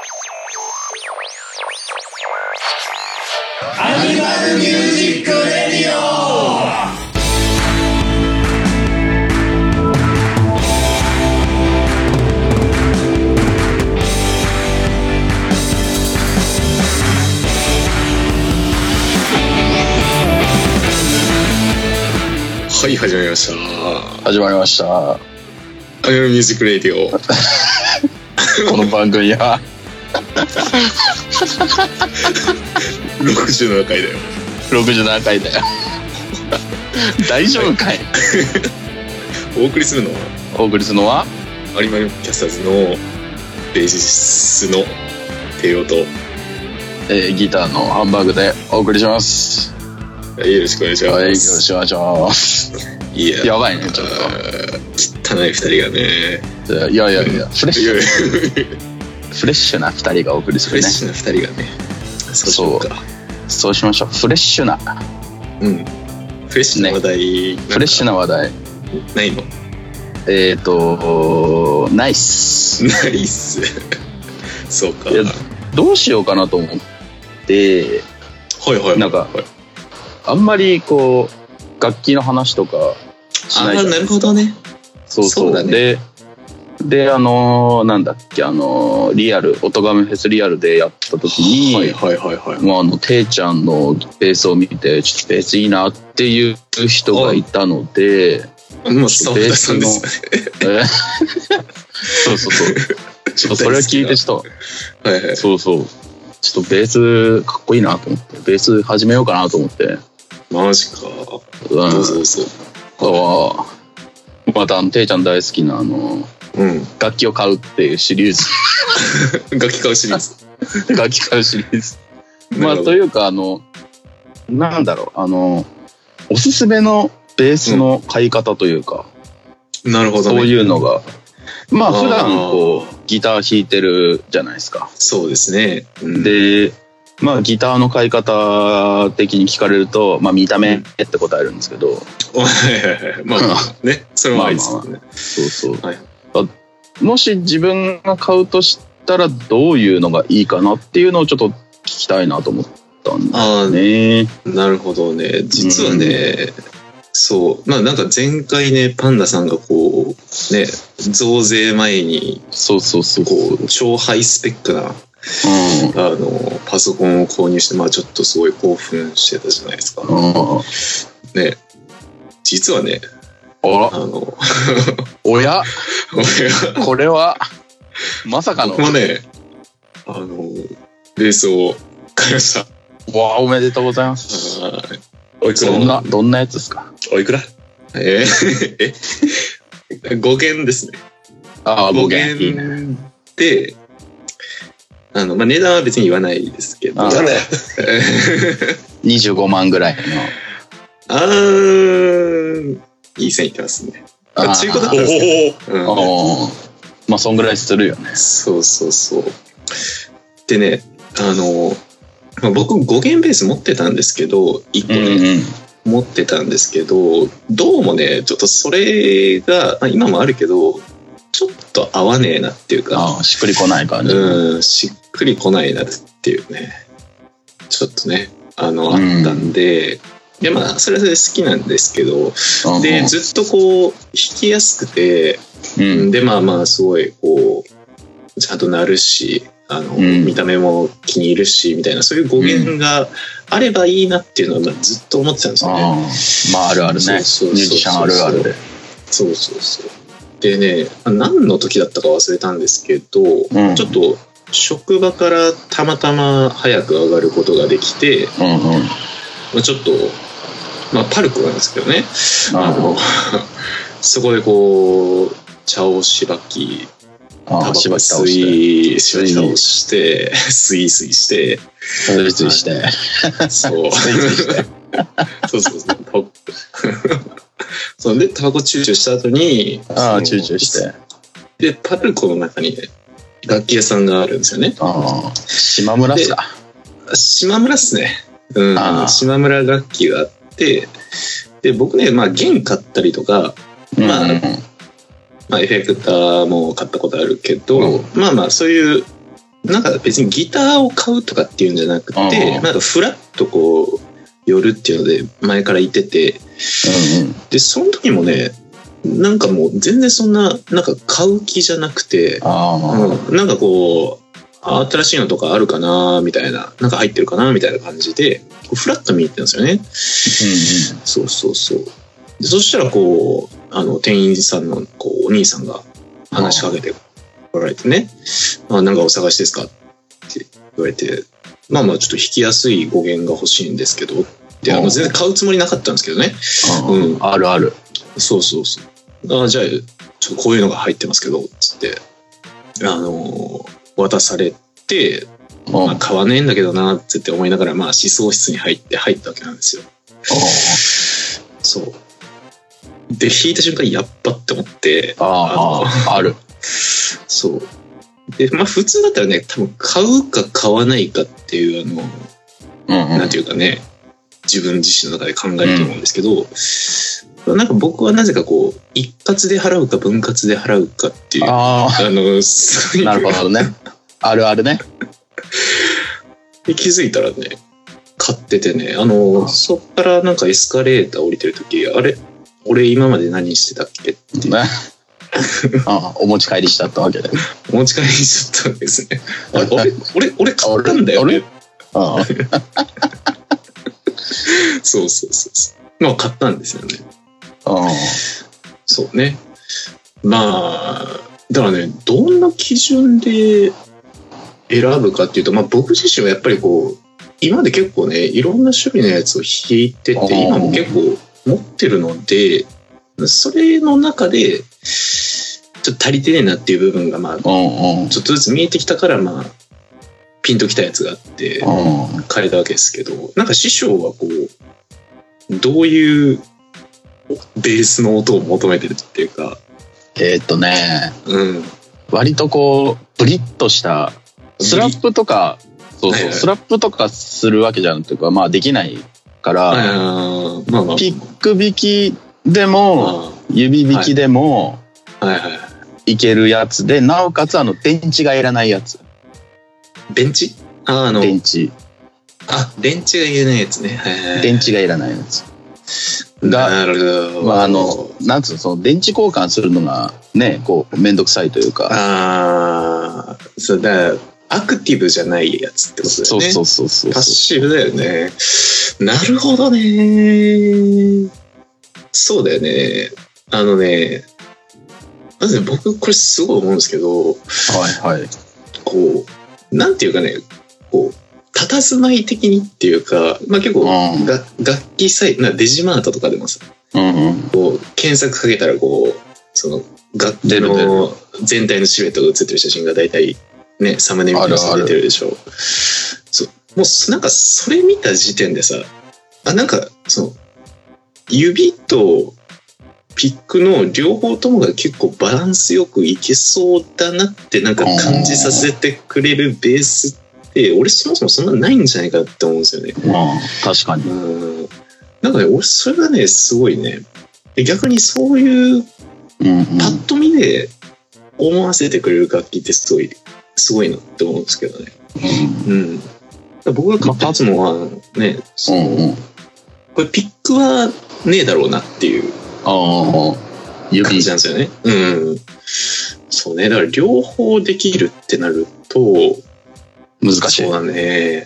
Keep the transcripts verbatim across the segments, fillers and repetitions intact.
アニマルミュージックレディオ。 はい、始まりました。 始まりました。 アニマルミュージックレディオ。 この番組はろくじゅうななかいだよ。 ろくじゅうななかいだよ。大丈夫かい。 お送りするのはお送りするのはアニマルキャスターズのベーシスのテオと、 えー、ギターのハンバーグでお送りします。 はい、よろしくお願いします。 はい、よろしくお願いします。 いや、 やばいね、ちょっと汚いふたりがね。 いやいやいや、フレッシュいやいやフレッシュなふたりがお送りするね。 フレッシュなふたりがね。そうしようか。 そうしましょう。フレッシュな、 うん、フレッシュな話題、ね、 フレッシュな話題ないの？ えーとナイスナイスそうか。 いや、どうしようかなと思って、 はいはいはい、 なんかあんまりこう楽器の話とかしないじゃないですか。 あ、なるほどね。 そうそう、そうだね。でであのー、なんだっけ、あのー、リアル音亀フェスリアルでやった時に、 はいはいはいはい、 まあ、あのていちゃんのベースを見てちょっとベースいいなっていう人がいたので、 もう澤田さんですよね。 そうそうそう、ちょっとそれを聞いてちょっとはい、はい、 そうそう、ちょっとベースかっこいいなと思ってベース始めようかなと思って。 マジか。 うん、 どうぞどうぞ。 ああ、またあのていちゃん大好きなあの、うん、楽器を買うっていうシリーズ楽器買うシリーズ楽器買うシリーズまあというか、あのなんだろう、あのおすすめのベースの買い方というか、 うん、なるほどね。 そういうのがまあ普段こうギター弾いてるじゃないですか。 そうですね、 うん、でまあギターの買い方的に聞かれると、まあ見た目って答えるんですけど、 うん、まあまあね、それもありですね。まあまあ、 そうそう、はい、もし自分が買うとしたらどういうのがいいかなっていうのをちょっと聞きたいなと思ったんだね。 なるほどね。実はね、うん、そう、まあなんか前回ね、パンダさんがこうね、増税前にそうそうそう、 こう超ハイスペックな、うん、あのパソコンを購入して、まあちょっとすごい興奮してたじゃないですか。うん、ね、実はね、 あら、 あのおやこれはまさかの。 僕もね、あのベースを買いました。 わあ、おめでとうございます。 おいくら？ どんなどんなやつですか？ おいくら？えー、えごげんですね。 ああ、ごげんいいね。で、あのまあ値段は別に言わないですけど、 にじゅうごまんぐらいの。 あー、いい線いってますね。あ、中古だったんですけど、うん、 まあそんぐらいするよね。 そうそうそう。でね、あの、まあ、僕ごげんベース持ってたんですけど、いっこね、うんうん、持ってたんですけど、どうもね、ちょっとそれが、まあ、今もあるけどちょっと合わねえなっていうか、 あ、しっくりこない感じ、 うん、しっくりこないなっていうね、ちょっとね、あの、あったんで、でまあそれはそれで好きなんですけど、でずっとこう弾きやすくて、うん、でまあまあすごいこうちゃんと鳴るし、あの、うん、見た目も気に入るしみたいな、そういう語源があればいいなっていうのは、まあ、ずっと思ってたんですよね。 あ、まああるあるね、ミュージシャンあるあるで。 そうそうそう。でね、何の時だったか忘れたんですけど、うん、ちょっと職場からたまたま早く上がることができて、うんうん、まあ、ちょっとまあ、パルコなんですけどね、あのそこでこう茶をしばき、タバコ吸いしばき倒してスイスイしてスイスイしてそうそうそうそうそんでタバコチューチューした後に、 ああチューチューしてでパルコの中にね楽器屋さんがあるんですよね。 ああ、島村っすか。 島村っすね。うん、島村楽器があって、で僕ね、まあ弦買ったりとか、まあ、うん、まあエフェクターも買ったことあるけど、うん、まあまあそういうなんか別にギターを買うとかっていうんじゃなくて、なんかフラッとこう寄るっていうので前から言ってて、うんうん、でその時もね、なんかもう全然そんななんか買う気じゃなくて、あ、うん、なんかこう新しいのとかあるかなみたいな、なんか入ってるかなみたいな感じでフラッと見に行ってるんですよね。うんうん、そうそうそう。でそしたらこうあの店員さんのこうお兄さんが話しかけてこられてね、あ、なんかお探しですかって言われて、まあまあちょっと弾きやすい語源が欲しいんですけどって、あの全然買うつもりなかったんですけどね。 あ、うん、あるある。 そうそうそう。あ、じゃあちょっとこういうのが入ってますけどつってあの渡されて、まあ、買わねえんだけどなってって思いながら、まあ思想室に入って入ったわけなんですよ。そうで弾いた瞬間やっぱって思って、 ああある。 そうで、まあ普通だったらね、多分買うか買わないかっていうあの、うんうん、なんていうかね、自分自身の中で考えると思うんですけど、うん、なんか僕はなぜかこう一括で払うか分割で払うかっていう、 ああのそういうなるほどね、あるあるね。 で気づいたらね買っててね、あのそっからなんかエスカレーター降りてる時、あれ俺今まで何してたっけっていう、ねああ、お持ち帰りしちゃったわけで。 お持ち帰りしちゃったわけですね。あれ俺俺俺買ったんだよね。ああそうそうそうそう。まあ買ったんですよね。ああ、そうね。まあだからね、どんな基準で選ぶかっていうと、まあ僕自身はやっぱりこう今まで結構ねいろんな種類のやつを弾いてて、今も結構持ってるので、それの中でちょっと足りてねえなっていう部分がまあちょっとずつ見えてきたから、まあピンときたやつがあって変えたわけですけど、なんか師匠はこうどういうベースの音を求めてるっていうか、 えーっとね、 うん、 割とこうブリッとしたスラップとか、そうそう、はいはい、スラップとかするわけじゃんっていうか、まあできないから、あ、まあまあ、ピック弾きでも指弾きでもいけるやつで、なおかつあの電池がいらないやつ。 電池？あ、あの電池。 あ、電池がいらないやつね。はいはい、 電池がいらないやつが、なるほど。まああのなんつうの、その電池交換するのがね、こう面倒くさいというか。 ああ、そうだ。アクティブじゃないやつってことだよね。 そうそうそうそう。 パッシブだよね。なるほどね。そうだよね。あのね、まずね、僕これすごい思うんですけど、はいはい。こうなんていうかね、こう佇まい的にっていうか、まあ結構、うん、が楽器サイトなデジマートとかでもさ、うんうん、こう検索かけたらこうその楽器の全体のシルエットが写ってる写真が大体ね、サムネみたいなの出てるでしょ。そう、もうなんかそれ見た時点でさ、あ、なんかその指とピックの両方ともが結構バランスよくいけそうだなってなんか感じさせてくれるベースって俺そもそもそんなないんじゃないかって思うんですよね。 ああ、確かに。 うん、なんかね、俺それがねすごいね、逆にそういうパッと見で思わせてくれる楽器ってすごいすごいなって思うんですけどね。うん。うん、僕が買ったやつもはね、その、うんうん、これピックはねえだろうなっていう感じなんですよね。うん。そうね。だから両方できるってなると難しい。 そうだね。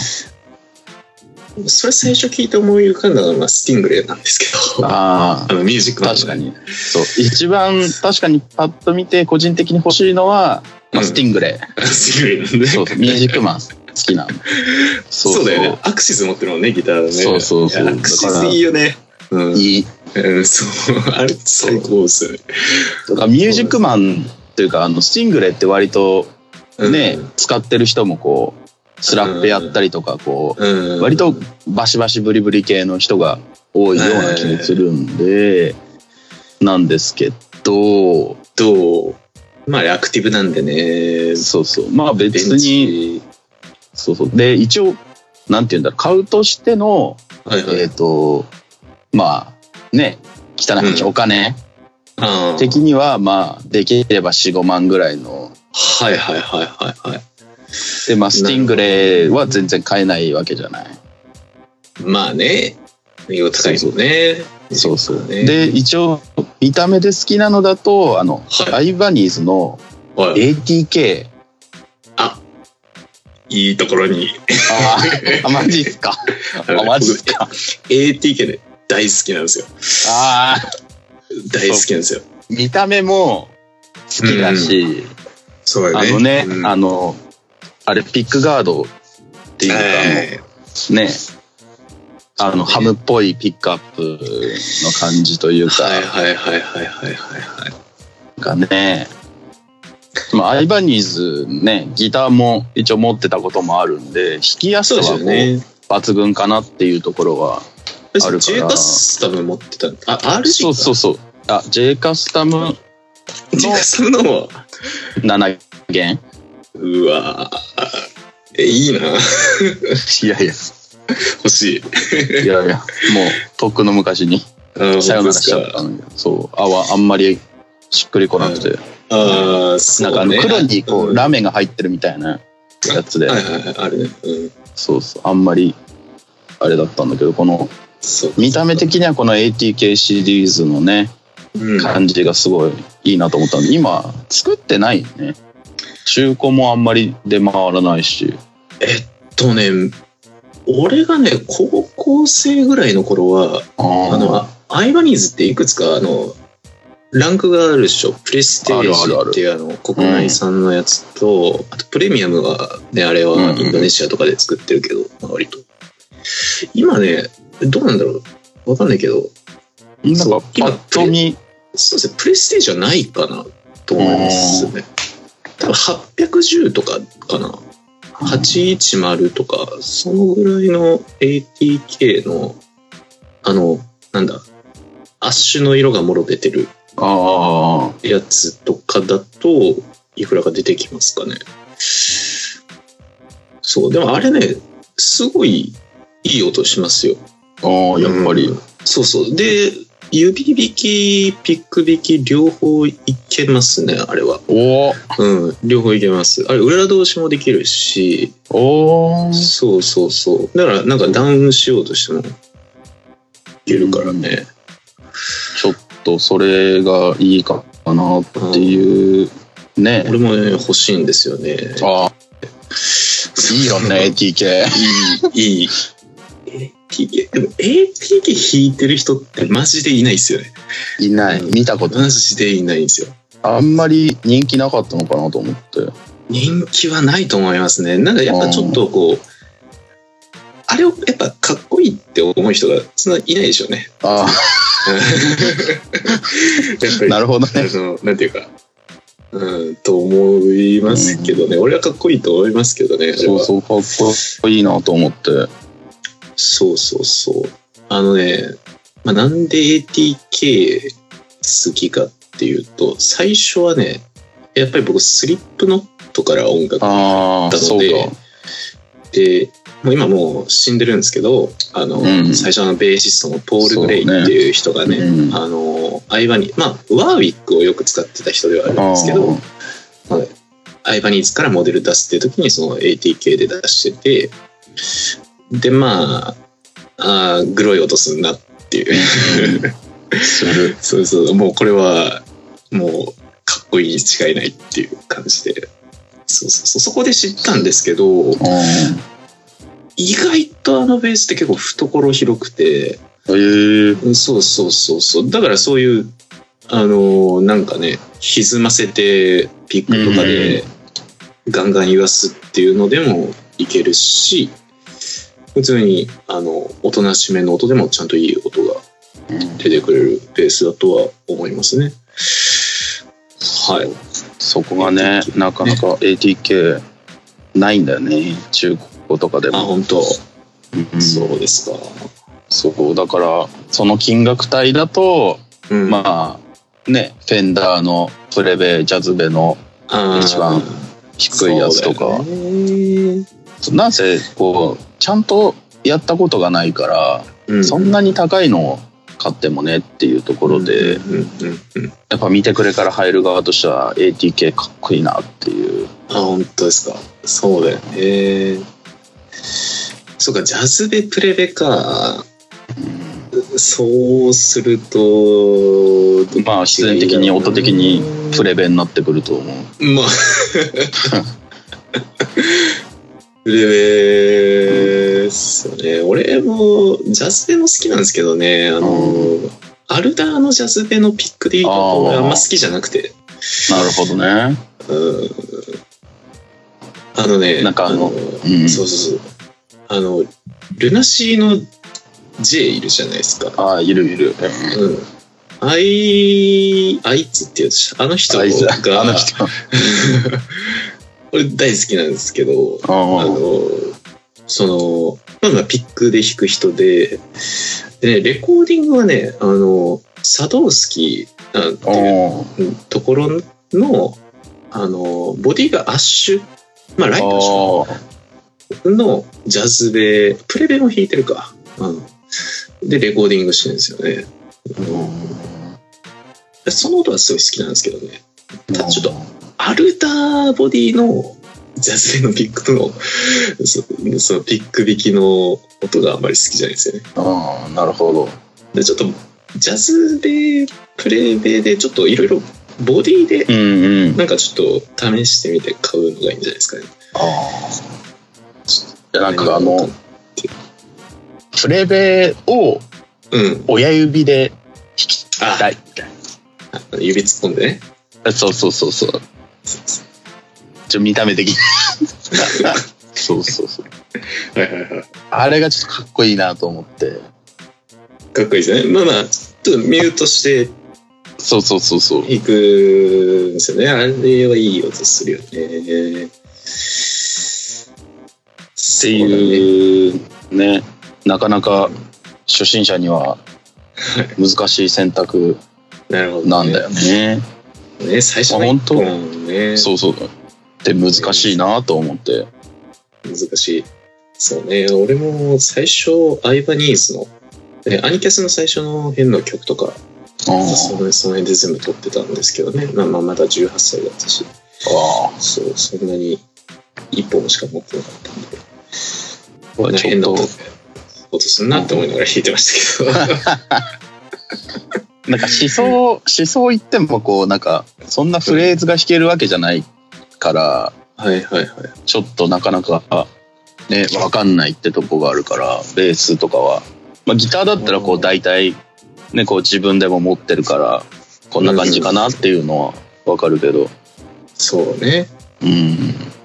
うん、それ最初聞いて思い浮かんだのは、まあ、スティングレイなんですけど、ああのミュージックマン、ね、 確かに。そう。一番確かにパッと見て個人的に欲しいのは。まあ、スティングレイ、うん、 スティングレイなんで、 そうそう、ミュージックマン好きなの。 そうそう、そうだよね。アクシズ持ってるもんね、ギターね。 そうそうそう。 アクシズいいよね。うん、いい。うん、そう、あれ最高ですよね。 だからミュージックマンっていうか、あのスティングレイって割とね、うん、使ってる人もこうスラップやったりとかこう、うん、割とバシバシブリブリ系の人が多いような気もするんで、うん、なんですけど、 どう。まあアクティブなんでね。 そうそう。まあ別に、そうそう。で一応なんていうんだろう、買うとしての、はいはい、えっ、ー、とまあね、汚い話、うん、お金的にはまあできればよん、ごまんぐらいの。 はいはいはいはいはい。 でまあスティングレーは全然買えないわけじゃない。 まあね、色高いもんね。 そうそう。で一応見た目で好きなのだとあの、はい、アイバニーズの エーティーケー、 はい、あ、いいところに。 ああ、マジっすか。あ、マジっすか。 エーティーケー で大好きなんですよ。 ああ、 大好きなんですよ。 見た目も好きだし、うん、 そうだね。 あのね、うん、あのあれピックガードっていうか、えー、ね、あの、ね、ハムっぽいピックアップの感じというか、 はいはいはいはいはいはいがね、まあアイバニーズね、ギターも一応持ってたこともあるんで弾きやすさはもう抜群かなっていうところはあるから。 J カスタム持ってた。あ、アールジー か。 そうそうそう。あ、J カスタムの J カスタムのなな弦。 うわー、え、いいな。 いやいや欲しい。 いやいや、もうとっくの昔にさよならしちゃったのに、そう、あはあんまりしっくりこなくて、 ああ、そうね、 なんかあの黒にこう、うん、ラメが入ってるみたいなやつで、 はいはいはい、あるね、うん、 そうそう、あんまりあれだったんだけど、この見た目的にはこの エーティーケー シリーズのね、うん、感じがすごいいいなと思ったんで、今作ってないよね。中古もあんまり出回らないし。 えっとね、俺がね高校生ぐらいの頃はああのアイバニーズっていくつかあのランクがあるでしょ。プレステージっていうあの国内産のやつと、うん、あとプレミアムがね、あれはインドネシアとかで作ってるけど、うん、割と今ねどうなんだろう、わかんないけど、 なんか今プレそうですね、プレステージはないかなと思いますね。多分はっぴゃくじゅうとかかな、はちひゃくじゅうとかそのぐらいの エーティーケー のあのなんだアッシュの色がもろ出てるやつとかだといくらか出てきますかね。そうでもあれねすごいいい音しますよ。 ああ、やっぱり、うん、 そうそうで指弾きピック弾き両方いけますね、あれは。 お、 うん、両方いけます。あれ裏通しもできるし、 お、そうそうそうだからなんかダウンしようとしてもいけるからね、 ちょっとそれがいいかなっていうね。 俺もね欲しいんですよね。 ああ、いいよね。エーティーケー いいいいエーティーケー でも エーティーケー 弾いてる人ってマジでいないですよね。 いない、見たことマジでいないんですよ。 あんまり人気なかったのかなと思って。 人気はないと思いますね。なんかやっぱちょっとこうあれをやっぱかっこいいって思う人がそんないないでしょうね。 ああやっぱりなるほどね。 あのなんていうか、うんと思いますけどね、うん、俺はかっこいいと思いますけどね。 そうそう、かっこいいなと思って。 そうそうそう。あのね、まあ、なんで エーティーケー 好きかっていうと、最初はね、やっぱり僕スリップノットから音楽だったので、で、もう今もう死んでるんですけど、あの、うん、最初のベーシストのポール・グレイっていう人がね、うん、あの、アイバニー、まあ、ワーウィックをよく使ってた人ではあるんですけど、はい、アイバニーズからモデル出すっていう時にその エーティーケー で出してて、でまあ、あグロい音すんなっていうそうそうもうこれはもうかっこいいに違いないっていう感じで、そうそうそう、そこで知ったんですけど、意外とあのベースって結構懐広くて、 へー、 そうそうそうそう、だからそういうあのなんかね歪ませてピックとかでガンガン言わすっていうのでもいけるし、普通にあのおとなしめの音でもちゃんといい音が出てくれるベースだとは思いますね。はい。 そこがね、なかなか エーティーケー ないんだよね、中古とかでも。 あ、本当。うん、そうですか。 そうだからその金額帯だと、うん、まあね、フェンダーのプレベジャズベの一番低いやつとか。なんせこうちゃんとやったことがないから、うん、そんなに高いのを買ってもねっていうところで、うんうんうん、やっぱ見てくれから入る側としては エーティーケー かっこいいなっていう。 あ、本当ですか。そうだよね。そうか、ジャズベプレベか。そうするとまあ必然的に音的にプレベになってくると思う。 まあプレベですよね。俺もジャズベも好きなんですけどね、あの、うん、アルダーのジャズベのピックでいいと俺あんま好きじゃなくて。 なるほどね。 うん、あのね、 なんかあの、 うん、そうそうそう、あのルナシーのJ いるじゃないですか。 ああ、いるいる。 うん。あい、あいつってやつ、あの人が、あの人俺大好きなんですけど、あの、その、まあピックで弾く人で、で、レコーディングはね、あの、サドウスキーなんていうところの、あの、ボディがアッシュ、まあライトショーのジャズベ、プレベも弾いてるか。うん。でレコーディングしてるんですよね、うん、その音はすごい好きなんですけどね。ただちょっとアルターボディのジャズベのピックのそ, そのピック弾きの音があんまり好きじゃないですよね。 ああ、なるほど。 でちょっとジャズベプレベでちょっといろいろボディでなんかちょっと試してみて買うのがいいんじゃないですかね。 ああ、なんかあのプレベを親指で弾きたいみたいな、 うん、指突っ込んでね。 そうそうそうそう。そうそうちょ見た目的にそうそうそう。はいはいはい。あれがちょっとかっこいいなと思って。 かっこいいですね。まあまあちょっとミュートしてそうそうそうそう弾くんですよね。あれはいい音するよね。 っていうね。なかなか初心者には難しい選択なんだよね。 ね、最初の一本ね。 そうそう。で難しいなと思って。 難しい。そうね。俺も最初アイバニーズの、ね、アニキャスの最初の辺の曲とか、そのその辺で全部撮ってたんですけどね。まあまあまだじゅうはっさいだったし、あそうそんなに一本しか持ってなかったんで。これ変な音音すんなって思いながら弾いてましたけど。 なんか思想思想言ってもこうなんかそんなフレーズが弾けるわけじゃないから、 はいはいはい。 ちょっとなかなかね分かんないってとこがあるからベースとかは、まあギターだったらこう大体ねこう自分でも持ってるからこんな感じかなっていうのは分かるけど、うん、 そうね。 うん。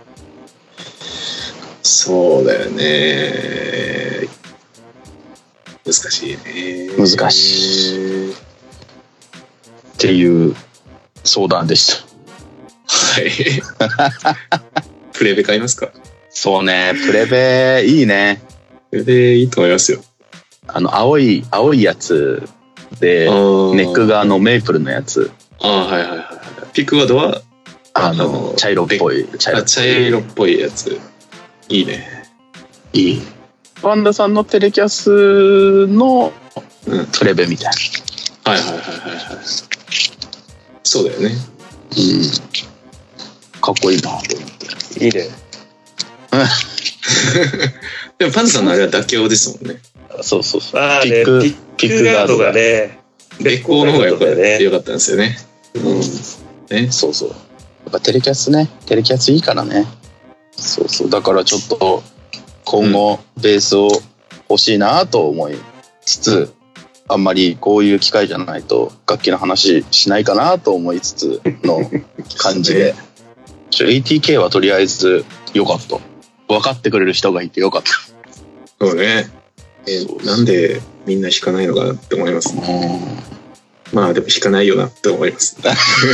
そうだよね。難しいね。 難しい。っていう相談でした。 はい。プレベ買いますか？ そうね、プレベいいね。 プレベいいと思いますよ。 あの青い青いやつでネック側のメイプルのやつ。 ああはいはいはい。ピックガードはあの、あの茶色っぽい茶色っぽい、茶色っぽいやつ。いいね。 いい。ワンダさんのテレキャスのプレベみたいな、うん、はいはいはいはいはい。そうだよね。うん。 かっこいいなと思って。 いいね。でもパンツさんのあれは妥協ですもんね。 そうそうそう。 ああね、ピックピックガードがね、 レコーの方がよかった、ね、よかったんですよね。うん。 ね、そうそう。やっぱテレキャスね、テレキャスいいからね。そうそう。だからちょっと今後ベースを欲しいなと思いつつ、うん、あんまりこういう機会じゃないと楽器の話しないかなと思いつつの感じで、エーティーケー はとりあえず良かった。分かってくれる人がいて良かった。 そうね。えー、なんでみんな弾かないのかなって思いますね。まあでも弾かないよなって思います。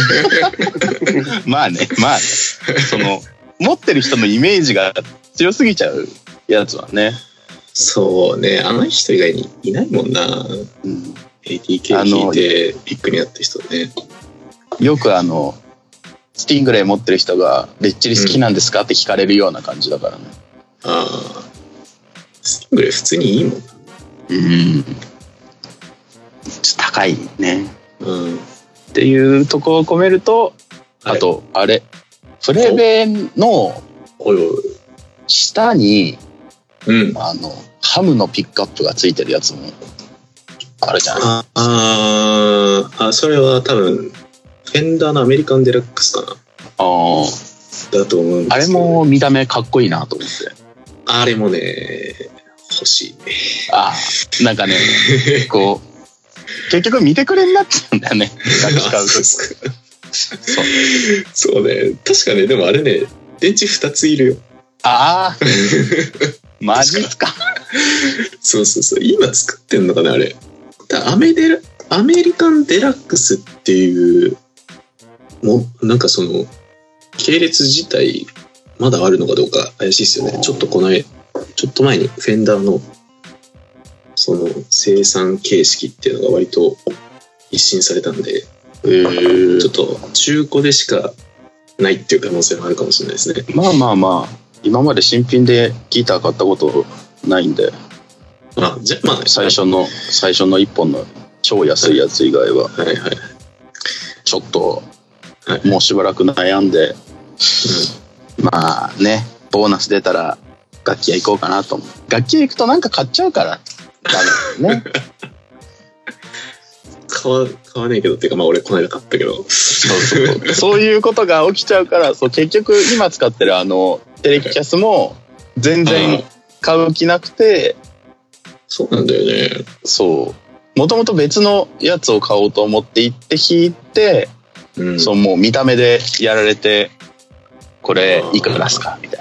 まあね、まあね。その持ってる人のイメージが強すぎちゃうやつはね。 そうね、あの人以外にいないもんな。うん、エーティーケー 弾いてビッグになった人ね。 よくあのスティングレイ持ってる人がレッチリ好きなんですかって聞かれるような感じだからね。 うん、ああ、スティングレイ普通にいいもんな。 うん。 高いね、 うん、 っていうとこを込めると、あと、はい、あれプレベの下に、うん、あのハムのピックアップがついてるやつもあるじゃない。あああ、それは多分フェンダーのアメリカンデラックスかな。あだと思うんですけど、 あれも見た目かっこいいなと思って。 あれもね欲しいね。 ああ、なんかねこう結局見てくれになっちゃうんだよね使うと。 そうそうね、確かね。でもあれね電池ふたついるよ。 ああマジっすか。 そうそうそう、今作ってんのかなあれ。アメデラアメリカンデラックスっていうもなんかその系列自体まだあるのかどうか怪しいですよね。ちょっとこのちょっと前にフェンダーのその生産形式っていうのが割と一新されたんで、えー、ちょっと中古でしかないっていう可能性もあるかもしれないですね。 まあまあまあ今まで新品でギター買ったことないんで、 あじゃまあ、ね、 最初の最初の一本の超安いやつ以外は、はいはいはい、ちょっと、はい、もうしばらく悩んで、うん、まあねボーナス出たら楽器屋行こうかなと思う。楽器屋行くとなんか買っちゃうからダメね買わ買わねえけどっていうか、まあ俺この間買ったけどそうそうそういうことが起きちゃうから、そう結局今使ってるあのテレキャスも全然買う気なくて。 そうなんだよね。 そうもともと別のやつを買おうと思って行って弾いて、うん、そうもう見た目でやられてこれいくらですかみたいな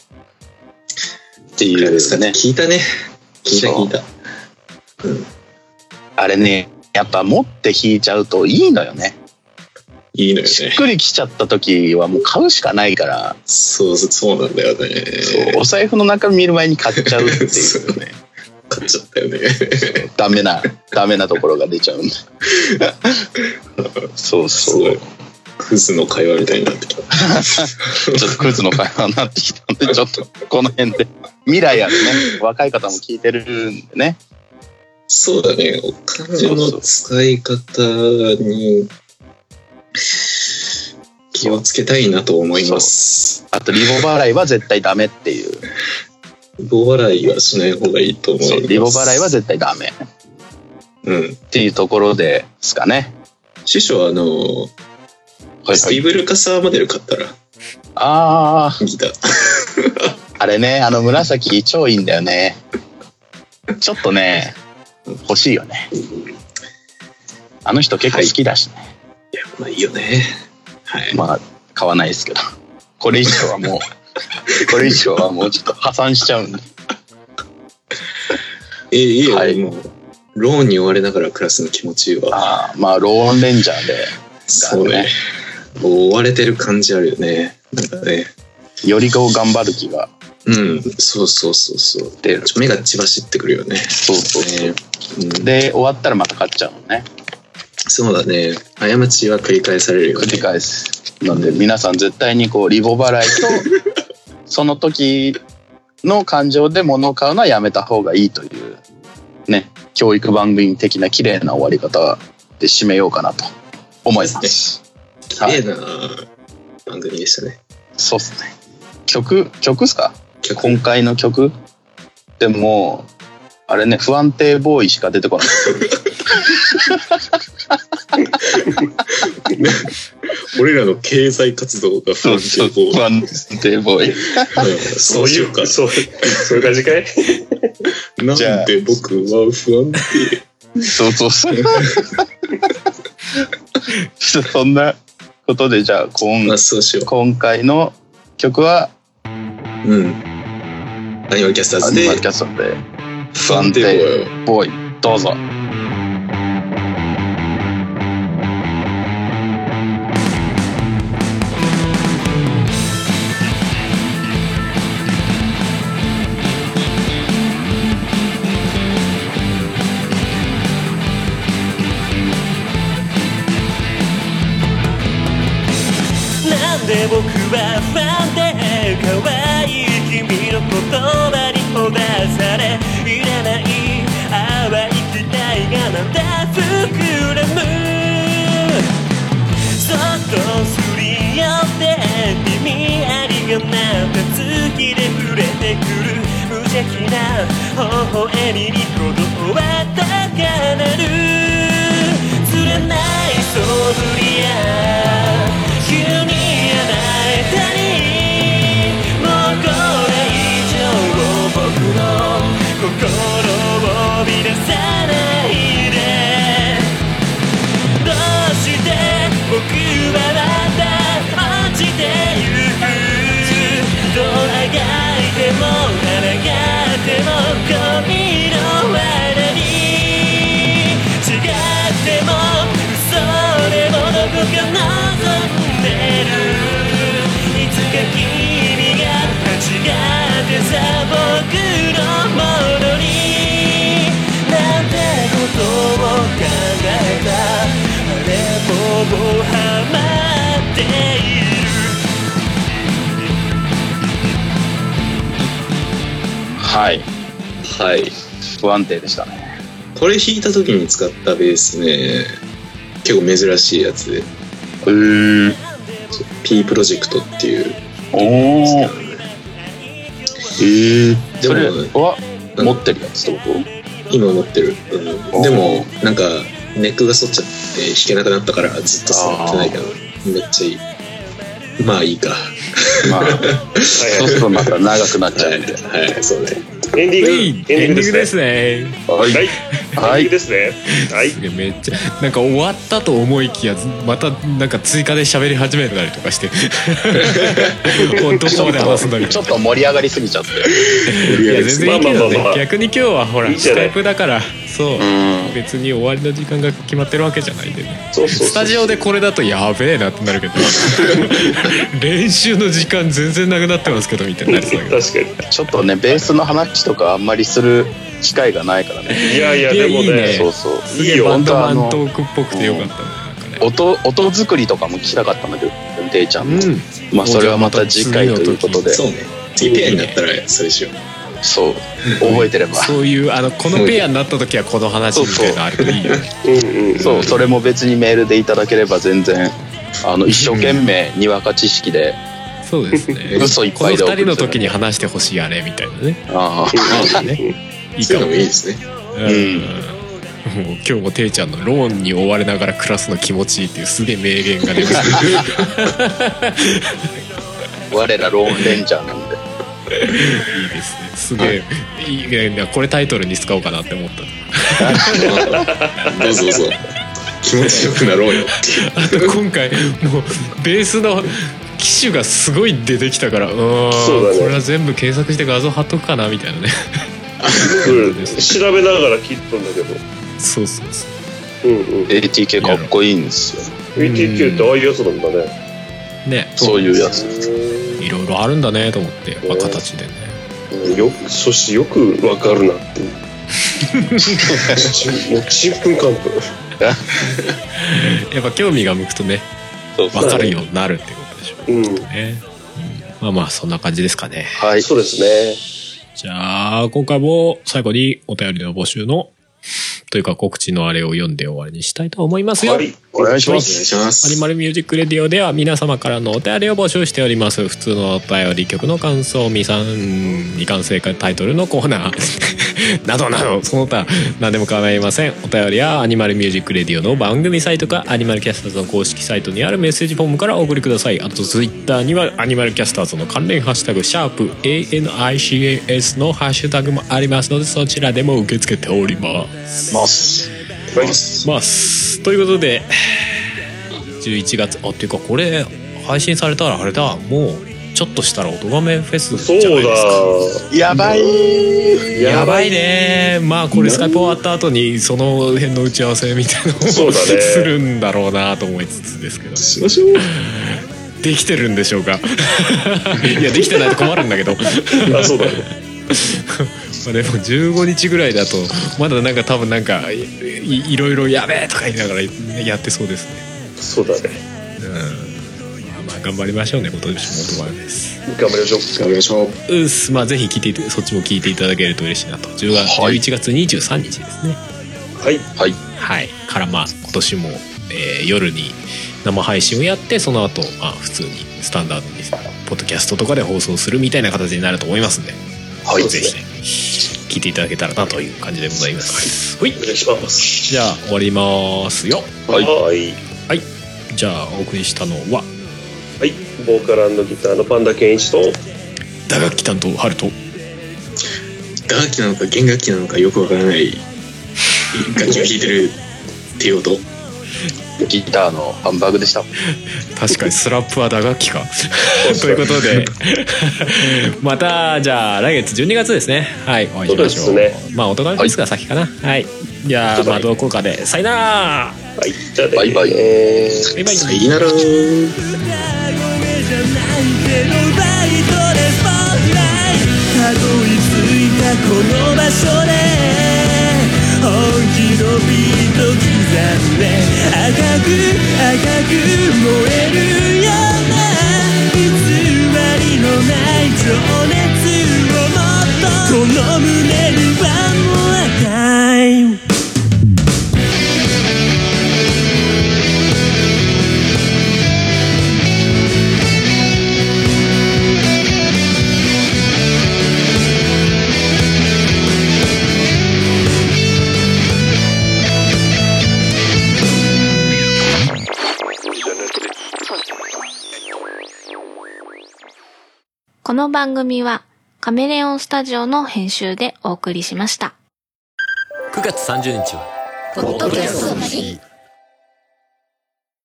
っていうね。 聞いたね聞いた聞いた、うん、 あれねやっぱ持って弾いちゃうといいのよね。 いいのよね。 しっくりきちゃった時はもう買うしかないから。 そうそうなんだよね。 そうお財布の中見る前に買っちゃうっていうね買っちゃったよね。 ダメなダメなところが出ちゃうんだそうそうクズの会話みたいになってきたちょっとクズの会話になってきたんでちょっとこの辺で未来あるね若い方も聞いてるんでね。 そうだね、お金の使い方に気をつけたいなと思います。 あとリボ払いは絶対ダメっていう。 リボ払いはしない方がいいと思います。 リボ払いは絶対ダメ、うん、っていうところですかね。 師匠あの、はいはい、スティーブ・ルカサーモデル買ったらあギターあれね、あの紫超いいんだよね。ちょっとね欲しいよね。あの人結構好きだしね、はい、 いやまあいいよね、 はい、まあ買わないですけどこれ以上はもうこれ以上はもうちょっと破産しちゃうんでえいいよ、はい、もうローンに追われながら暮らすの気持ちいいわ。 あまあローンレンジャーでそうね、追われてる感じあるよね。なんかねよりこう頑張る気がうんそうそうそうそうで目が血走ってくるよね。 そうそうそう、ねうん、で終わったらまた買っちゃうのね。 そうだね、過ちは繰り返されるよね。 繰り返す。なんで皆さん絶対にこうリボ払いとその時の感情で物を買うのはやめた方がいいというね、教育番組的な綺麗な終わり方で締めようかなと思います。 綺麗な番組でしたね。 そうっすね。曲曲っすか？今回の曲でもあれね、不安定ボーイしか出てこない俺らの経済活動が不安定ボーイ。 不安定ボーイそういうかそうそういう感じかいなんで僕は不安定そうそうそうそんなことでじゃあ 今, あそうしよう今回の曲はうんアニマルキャスターズでアニマルキャスターズで不安定ボーイどうぞ。 なんで僕はファンで可愛い君の言葉にほだされいらない淡い期待微笑みに鼓動は高鳴る釣れない素振りや急に穴えたりもうこれ以上僕の心を乱さないでどうして僕はまた落ちてゆくどうあがいても抗っても恋の罠に違っても嘘でもどこか望んでるいつか君が間違ってさ僕のものになんてことを考えたあれももうハマっているはいはい不安定でしたね。 これ弾いた時に使ったベースね結構珍しいやつで、 えー、 P プロジェクトっていう、 おお、えー、 でもそれは持ってるやつってこと？ 今持ってる、うん、でもなんかネックが反っちゃって弾けなくなったからずっと触ってないけどめっちゃいい。まあいいか。 まあそうするとまた長くなっちゃうんで、 はい、はい、そうね。 エンディング、 エンディングですね。 はい、はい、 はい、 エンディングですね。はい。 めっちゃなんか終わったと思いきやまたなんか追加で喋り始めたりとかして本当そうで話すんだけどちょっと盛り上がりすぎちゃっていや全然いいけどね、 まあまあまあまあ逆に今日はほらいいじゃないスカイプだからそう、 うん、 別に終わりの時間が決まってるわけじゃないんでね。 そうそうそうスタジオでこれだとやべえなってなるけど練習の時間全然なくなってますけどみたいになりそうだけど確かにちょっとねベースの話とかあんまりする機会がないからね。 いやいやいやでもねいいねそうそうすげえバンドマントークっぽくてよかったね。なんかね音音作りとかも聞きたかったんだけどていちゃんの、 うん、 まあそれはまた次回ということで、 そうね次ペアになったらそれしよう。 そう覚えてればそういうあのこのペアになった時はこの話みたいなのあるといいよね。 うんうんそうそれも別にメールでいただければ全然あの一生懸命にわか知識でそうですね嘘いっこのぱいで送ってふたりの時に話してほしいあれみたいなね。 ああねいいそういうのかももいいですね。 うんもう今日もていちゃんのローンに追われながら暮らすの気持ちいいっていうすげえ名言が出て我らローンレンジャーなんでいいですねすげえ、はい、いいねこれタイトルに使おうかなって思ったどうぞどうぞ気持ちよくなろうよっていうあと今回もうベースの機種がすごい出てきたからうんそうだねこれは全部検索して画像貼っとくかなみたいなねうん、調べながら切ったんだけどそうそうそう、 うんうん、 エーティーケー かっこいいんですよ。 エーティーケー ってああいうやつなんだね。 ねそういうやついろいろあるんだねと思って、まあ、形でね、 うん、よくそしてよくわかるなってもうちんぷんかんぷんやっぱ興味が向くとねそう分かるようになるってことでしょう、 うんね、うん、まあまあそんな感じですかね。 はいそうですね。 じゃあ今回も最後にお便りの募集のというか告知のあれを読んで終わりにしたいと思いますよ。 はい、 お願いします。 お願いします。 アニマルミュージックレディオでは皆様からのお便りを募集しております。普通のお便り、曲の感想、未算未完成タイトルのコーナーなどなどその他何でも構いません。お便りはアニマルミュージックレディオの番組サイトかアニマルキャスターズの公式サイトにあるメッセージフォームからお送りください。あとツイッターにはアニマルキャスターズの関連ハッシュタグシャープ エーエヌアイシーエーエス のハッシュタグもありますのでそちらでも受け付けておりますますますということでじゅういちがつあっていうかこれ配信されたらあれだもうちょっとしたら音亀フェスじゃないですか。 やばいやばいね。まあこれスカイプ終わった後にその辺の打ち合わせみたいなのをそうだねするんだろうなと思いつつですけどしましょう。 できてるんでしょうかいやできてないと困るんだけどあそうだねまあでもじゅうごにちぐらいだとまだなんか多分なんか い, い, いろいろやべえとか言いながらやってそうですね。 そうだね。 うん。まあ頑張りましょうね。今年も音亀です。 頑張りましょう。 頑張りましょう。 うっす。まあぜひ聞いてそっちも聞いていただけると嬉しいなと。じゅうがつ、はい、じゅういちがつにじゅうさんにちですね。 はいはいはいからまあ今年も、えー、夜に生配信をやってその後まあ普通にスタンダードにポッドキャストとかで放送するみたいな形になると思いますんで、 はいぜひね聞いていただけたらなという感じでございます。 はい、お願いします。 じゃあ終わりますよ。 はい、はい、 はい、じゃあお送りしたのは、 はい、ボーカル&ギターのパンダケンイチと打楽器担当ハルト。 打楽器なのか弦楽器なのかよくわからない楽器を弾いてるテオとギターのハンバーグでした。 確かにスラップは打楽器かということでまたじゃあ来月じゅうにがつですね。はい、お会いしましょう。 そうですね。 まあお隣ですが先かな。はい、じゃあまあどこかでさよなら。 はい、じゃあね、 バイバイ、 えー、 バイバイ、 さよなら。 たどり着いたこの場所で本気のビート刻んで赤く赤く燃えるような偽りのない情熱をもっとこの胸にはもう赤いこの番組はカメレオンスタジオの編集でお送りしました。 くがつさんじゅうにちはポッドキャストの日。